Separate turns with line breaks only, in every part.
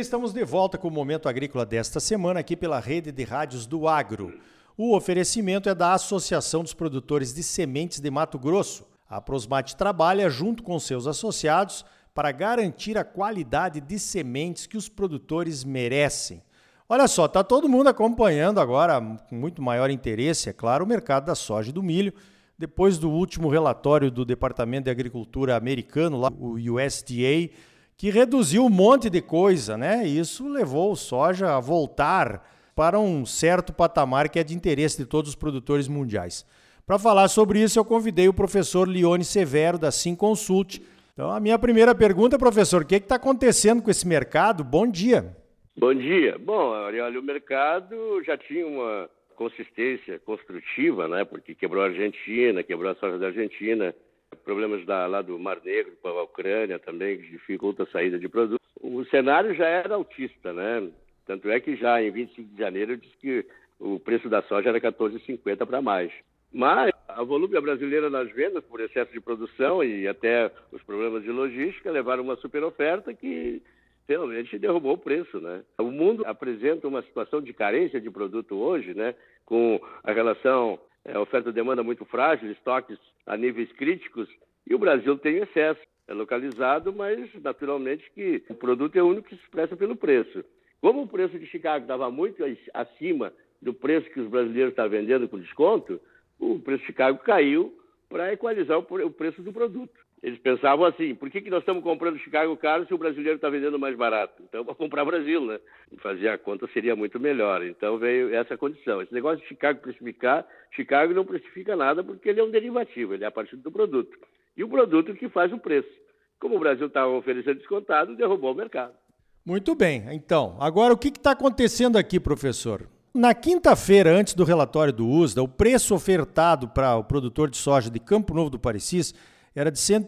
estamos de volta com o Momento Agrícola desta semana aqui pela Rede de Rádios do Agro. O oferecimento é da Associação dos Produtores de Sementes de Mato Grosso. A Prosmate trabalha junto com seus associados para garantir a qualidade de sementes que os produtores merecem. Olha só, está todo mundo acompanhando agora, com muito maior interesse, é claro, o mercado da soja e do milho, depois do último relatório do Departamento de Agricultura americano, lá, o USDA, que reduziu um monte de coisa, né? E isso levou o soja a voltar para um certo patamar que é de interesse de todos os produtores mundiais. Para falar sobre isso, eu convidei o professor Lione Severo, da Simconsult. Então, a minha primeira pergunta, professor, o que está acontecendo com esse mercado? Bom dia.
Bom dia. Bom, olha, o mercado já tinha uma consistência construtiva, né? Porque quebrou a Argentina, quebrou a soja da Argentina, problemas lá do Mar Negro com a Ucrânia também, que dificulta a saída de produtos. O cenário já era altista, né? Tanto é que já em 25 de janeiro eu disse que o preço da soja era 14,50 para mais. Mas a volúpia brasileira nas vendas, por excesso de produção e até os problemas de logística, levaram uma superoferta que realmente derrubou o preço, né? O mundo apresenta uma situação de carência de produto hoje, né? Com a relação oferta-demanda muito frágil, estoques a níveis críticos, e o Brasil tem excesso. É localizado, mas naturalmente que o produto é o único que se expressa pelo preço. Como o preço de Chicago estava muito acima do preço que os brasileiros estão vendendo com desconto, o preço de Chicago caiu para equalizar o preço do produto. Eles pensavam assim, por que nós estamos comprando Chicago caro se o brasileiro está vendendo mais barato? Então, para comprar Brasil, né? Fazer a conta seria muito melhor. Então, veio essa condição. Esse negócio de Chicago precificar, Chicago não precifica nada porque ele é um derivativo, ele é a partir do produto. E o produto que faz o preço. Como o Brasil estava oferecendo descontado, derrubou o mercado.
Muito bem. Então, agora o que está acontecendo aqui, professor? Na quinta-feira, antes do relatório do USDA, o preço ofertado para o produtor de soja de Campo Novo do Parecis era de R$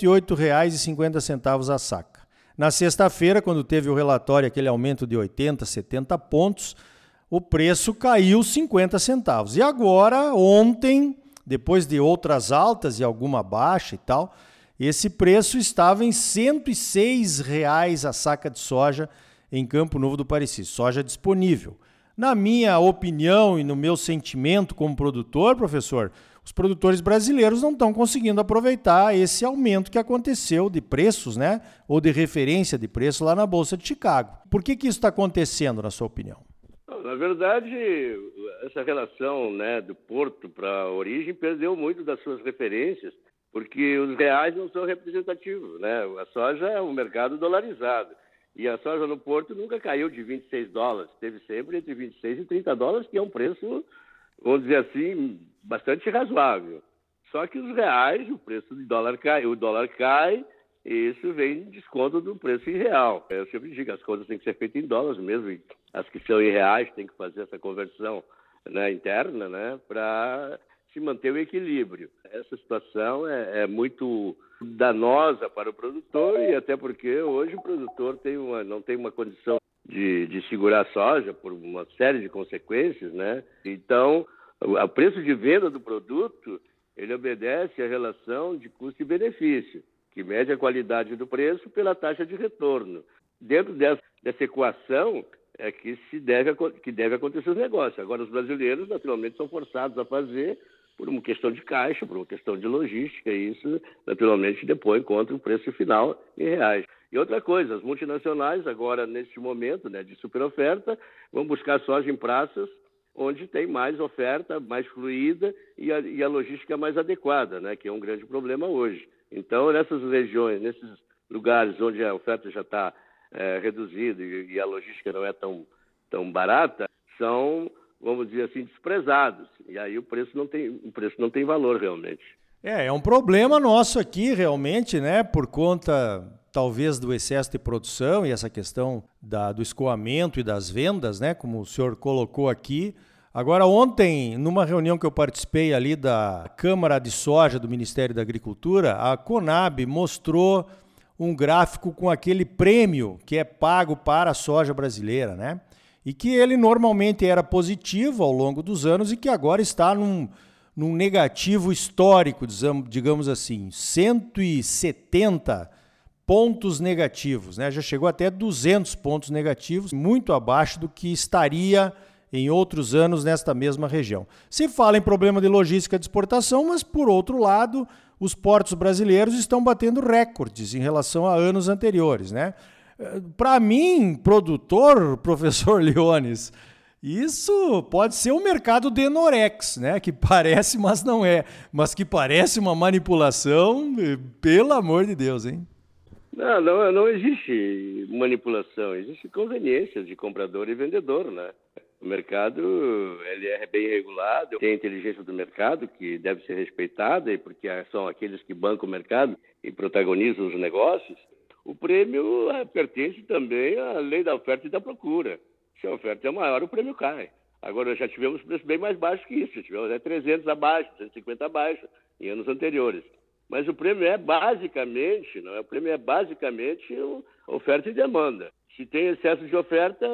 108,50 a saca. Na sexta-feira, quando teve o relatório, aquele aumento de 80, 70 pontos, o preço caiu 50 centavos. E agora, ontem, depois de outras altas e alguma baixa e tal, esse preço estava em R$ 106 a saca de soja em Campo Novo do Parecis, soja disponível. Na minha opinião e no meu sentimento como produtor, professor, os produtores brasileiros não estão conseguindo aproveitar esse aumento que aconteceu de preços, né? Ou de referência de preço lá na Bolsa de Chicago. Por que isso está acontecendo, na sua opinião?
Na verdade, essa relação, né, do porto para a origem perdeu muito das suas referências, porque os reais não são representativos, né? A soja é um mercado dolarizado. E a soja no porto nunca caiu de $26. Esteve sempre entre $26 e $30, que é um preço, vamos dizer assim, bastante razoável. Só que os reais, o preço do dólar cai, o dólar cai, e isso vem em desconto do preço em real. Eu sempre digo que as contas têm que ser feitas em dólares mesmo, e as que são em reais têm que fazer essa conversão, né, interna, né, para se manter o equilíbrio. Essa situação é muito danosa para o produtor, e até porque hoje o produtor não tem uma condição de segurar a soja por uma série de consequências, né? Então, o preço de venda do produto, ele obedece à relação de custo e benefício, que mede a qualidade do preço pela taxa de retorno. Dentro dessa equação é que deve acontecer os negócios. Agora, os brasileiros, naturalmente, são forçados a fazer por uma questão de caixa, por uma questão de logística, e isso, naturalmente, depois encontra o preço final em reais. E outra coisa, as multinacionais, agora, neste momento, né, de superoferta, vão buscar soja em praças onde tem mais oferta, mais fluida e a logística mais adequada, né, que é um grande problema hoje. Então, nessas regiões, nesses lugares onde a oferta já está reduzida e a logística não é tão barata, são, vamos dizer assim, desprezados. E aí o preço não tem valor realmente.
É um problema nosso aqui realmente, né? Por conta, talvez, do excesso de produção e essa questão do escoamento e das vendas, né? Como o senhor colocou aqui. Agora, ontem, numa reunião que eu participei ali da Câmara de Soja do Ministério da Agricultura, a Conab mostrou um gráfico com aquele prêmio que é pago para a soja brasileira, né? E que ele normalmente era positivo ao longo dos anos e que agora está num negativo histórico, digamos assim, 170 pontos negativos, né? Já chegou até 200 pontos negativos, muito abaixo do que estaria em outros anos nesta mesma região. Se fala em problema de logística de exportação, mas, por outro lado, os portos brasileiros estão batendo recordes em relação a anos anteriores, né? Para mim, produtor, professor Leones, isso pode ser um mercado de Enorex, né? Que parece, mas não é. Mas que parece uma manipulação, pelo amor de Deus, hein?
Não existe manipulação, existe conveniência de comprador e vendedor, né? O mercado, ele é bem regulado, tem a inteligência do mercado que deve ser respeitada, e porque são aqueles que bancam o mercado e protagonizam os negócios. O prêmio pertence também à lei da oferta e da procura. Se a oferta é maior, o prêmio cai. Agora, já tivemos preços bem mais baixos que isso, já tivemos 300 abaixo, 150 abaixo, em anos anteriores. Mas o prêmio é basicamente, não é? O prêmio é basicamente oferta e demanda. Se tem excesso de oferta,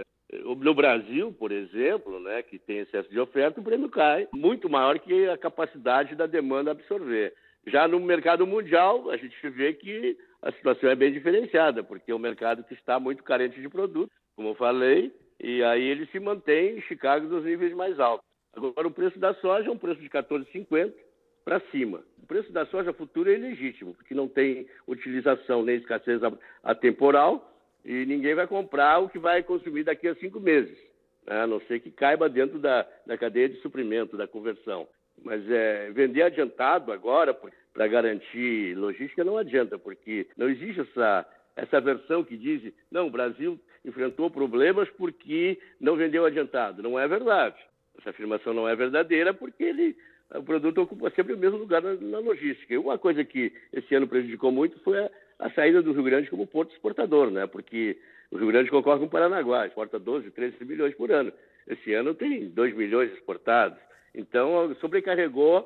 no Brasil, por exemplo, né, que tem excesso de oferta, o prêmio cai muito maior que a capacidade da demanda absorver. Já no mercado mundial, a gente vê que a situação é bem diferenciada, porque é um mercado que está muito carente de produto, como eu falei, e aí ele se mantém em Chicago nos níveis mais altos. Agora, o preço da soja é um preço de 14,50 para cima. O preço da soja futura é ilegítimo, porque não tem utilização nem escassez atemporal e ninguém vai comprar o que vai consumir daqui a 5 meses, né? A não ser que caiba dentro da cadeia de suprimento, da conversão. Mas vender adiantado agora para garantir logística não adianta, porque não existe essa versão que diz não, o Brasil enfrentou problemas porque não vendeu adiantado. Não é verdade. Essa afirmação não é verdadeira porque o produto ocupa sempre o mesmo lugar na logística. E uma coisa que esse ano prejudicou muito foi a saída do Rio Grande como porto exportador, né? Porque o Rio Grande concorre com o Paranaguá, exporta 12, 13 milhões por ano. Esse ano tem 2 milhões exportados. Então, sobrecarregou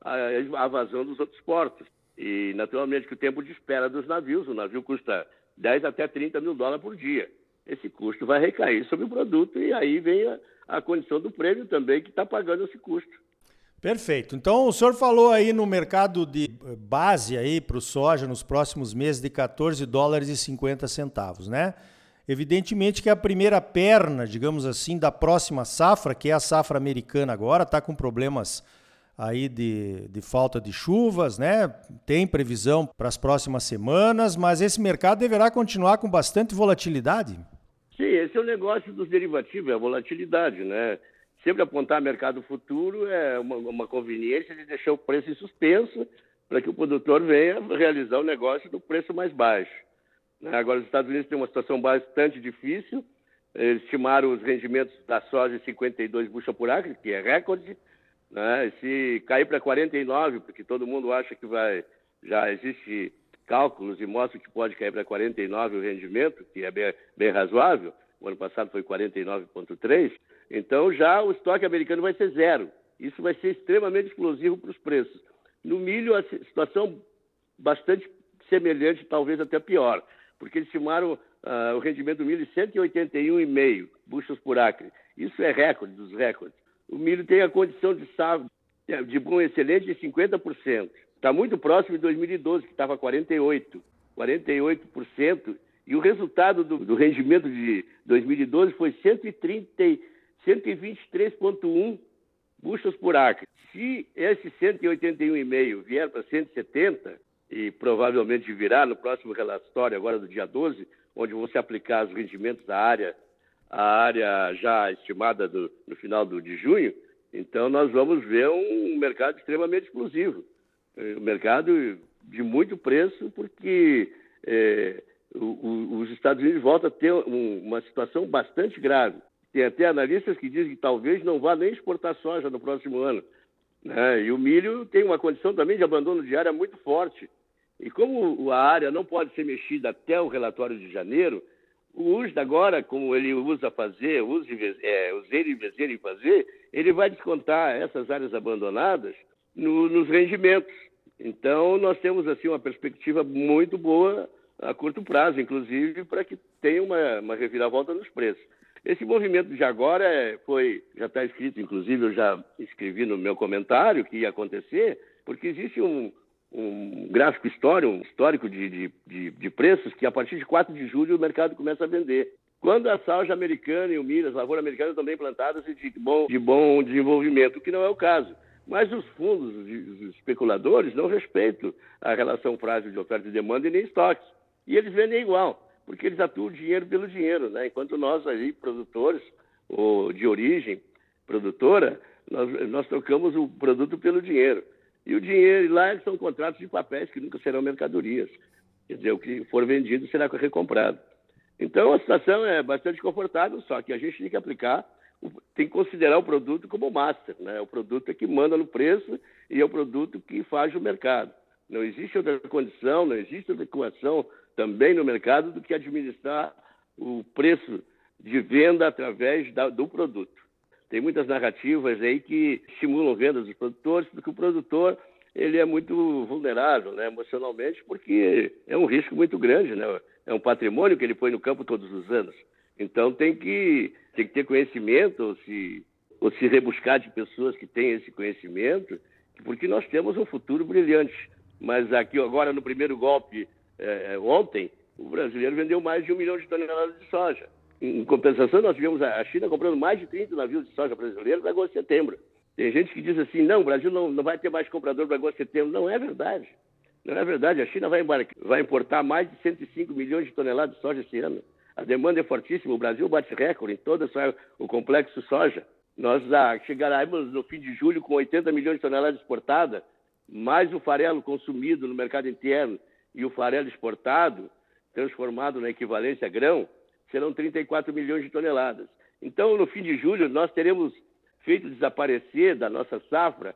a vazão dos outros portos. E, naturalmente, que o tempo de espera dos navios, o navio custa 10 até 30 mil dólares por dia. Esse custo vai recair sobre o produto e aí vem a condição do prêmio também que está pagando esse custo.
Perfeito. Então, o senhor falou aí no mercado de base aí para o soja nos próximos meses de 14 dólares e 50 centavos, né? Evidentemente que a primeira perna, digamos assim, da próxima safra, que é a safra americana agora, está com problemas aí de falta de chuvas, né? Tem previsão para as próximas semanas, mas esse mercado deverá continuar com bastante volatilidade?
Sim, esse é o negócio dos derivativos, é a volatilidade, né? Sempre apontar mercado futuro é uma conveniência de deixar o preço em suspenso para que o produtor venha realizar o negócio do preço mais baixo. Agora, os Estados Unidos têm uma situação bastante difícil. Eles estimaram os rendimentos da soja em 52 bushel por acre, que é recorde, né? E se cair para 49, porque todo mundo acha que já existe cálculos e mostram que pode cair para 49 o rendimento, que é bem razoável. O ano passado foi 49,3. Então, já o estoque americano vai ser zero. Isso vai ser extremamente explosivo para os preços. No milho, a situação bastante semelhante, talvez até pior, porque eles estimaram o rendimento do milho em 181,5 bushels por acre. Isso é recorde dos recordes. O milho tem a condição de safra de bom e excelente de 50%. Está muito próximo de 2012, que estava 48%. E o resultado do rendimento de 2012 foi 123,1 bushels por acre. Se esse 181,5 vier para 170, e provavelmente virá no próximo relatório, agora do dia 12, onde vão se aplicar os rendimentos da área, a área já estimada no final de junho, então nós vamos ver um mercado extremamente explosivo. Um mercado de muito preço, porque os Estados Unidos voltam a ter uma situação bastante grave. Tem até analistas que dizem que talvez não vá nem exportar soja no próximo ano, né? E o milho tem uma condição também de abandono de área muito forte. E como a área não pode ser mexida até o relatório de janeiro, o USDA agora, como ele usa fazer, useiro e vezeiro em fazer, ele vai descontar essas áreas abandonadas nos rendimentos. Então, nós temos assim uma perspectiva muito boa a curto prazo, inclusive, para que tenha uma reviravolta nos preços. Esse movimento de agora já está escrito, inclusive eu já escrevi no meu comentário que ia acontecer, porque existe um um gráfico histórico de preços que a partir de 4 de julho o mercado começa a vender. Quando a soja americana e o milho, as lavouras americanas estão bem plantadas e de bom desenvolvimento, o que não é o caso. Mas os fundos, os especuladores, não respeitam a relação frágil de oferta e demanda e nem estoques. E eles vendem igual, porque eles atuam o dinheiro pelo dinheiro, né? Enquanto nós aí, produtores, ou de origem produtora, nós trocamos o produto pelo dinheiro. E o dinheiro lá são contratos de papéis que nunca serão mercadorias. Quer dizer, o que for vendido será recomprado. Então, a situação é bastante confortável, só que a gente tem que aplicar, tem que considerar o produto como master, né? O produto é que manda no preço e é o produto que faz o mercado. Não existe outra condição, não existe outra equação também no mercado do que administrar o preço de venda através do produto. Tem muitas narrativas aí que estimulam vendas dos produtores, porque o produtor ele é muito vulnerável, né, emocionalmente, porque é um risco muito grande, né? É um patrimônio que ele põe no campo todos os anos. Então tem que ter conhecimento ou se rebuscar de pessoas que têm esse conhecimento, porque nós temos um futuro brilhante. Mas aqui agora no primeiro golpe ontem, o brasileiro vendeu mais de 1 milhão de toneladas de soja. Em compensação, nós tivemos a China comprando mais de 30 navios de soja brasileiros em agosto e setembro. Tem gente que diz assim, não, o Brasil não vai ter mais comprador para agosto e setembro. Não é verdade. Não é verdade. A China vai importar mais de 105 milhões de toneladas de soja esse ano. A demanda é fortíssima. O Brasil bate recorde em todo o complexo soja. Nós chegaremos no fim de julho com 80 milhões de toneladas exportadas, mais o farelo consumido no mercado interno e o farelo exportado, transformado na equivalência a grão, serão 34 milhões de toneladas. Então, no fim de julho, nós teremos feito desaparecer da nossa safra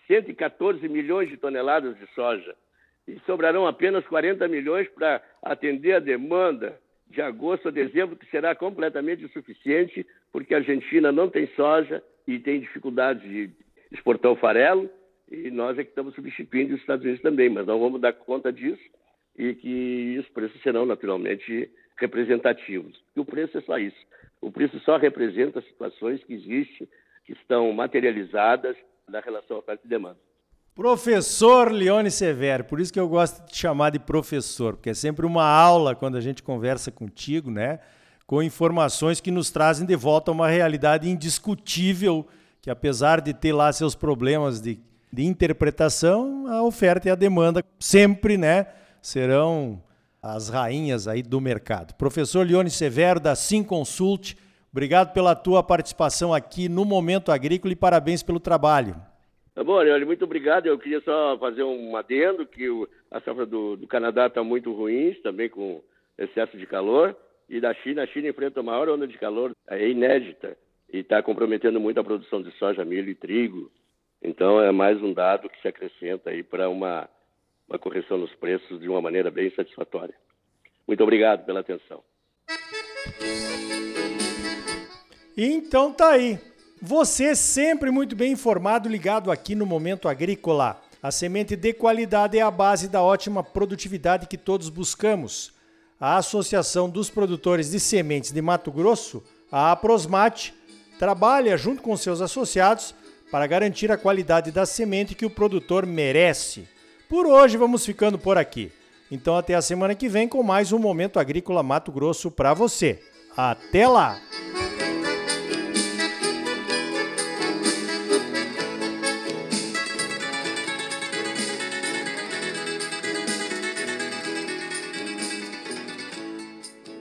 114 milhões de toneladas de soja. E sobrarão apenas 40 milhões para atender a demanda de agosto a dezembro, que será completamente insuficiente, porque a Argentina não tem soja e tem dificuldade de exportar o farelo, e nós é que estamos substituindo os Estados Unidos também, mas não vamos dar conta disso e que os preços serão naturalmente representativos. E o preço é só isso. O preço só representa situações que existem, que estão materializadas na relação oferta e demanda.
Professor Leone Severo, por isso que eu gosto de te chamar de professor, porque é sempre uma aula quando a gente conversa contigo, né? Com informações que nos trazem de volta a uma realidade indiscutível, que apesar de ter lá seus problemas de interpretação, a oferta e a demanda sempre, né, serão as rainhas aí do mercado. Professor Leone Severo, da Simconsult, obrigado pela tua participação aqui no Momento Agrícola e parabéns pelo trabalho.
Tá bom, Leone, muito obrigado. Eu queria só fazer um adendo, que a safra do Canadá está muito ruim, também com excesso de calor, e da China, a China enfrenta a maior onda de calor, é inédita, e está comprometendo muito a produção de soja, milho e trigo. Então é mais um dado que se acrescenta aí para uma correção nos preços de uma maneira bem satisfatória. Muito obrigado pela atenção.
Então tá aí. Você sempre muito bem informado, ligado aqui no Momento Agrícola. A semente de qualidade é a base da ótima produtividade que todos buscamos. A Associação dos Produtores de Sementes de Mato Grosso, a Aprosmate, trabalha junto com seus associados para garantir a qualidade da semente que o produtor merece. Por hoje vamos ficando por aqui. Então até a semana que vem com mais um Momento Agrícola Mato Grosso para você. Até lá!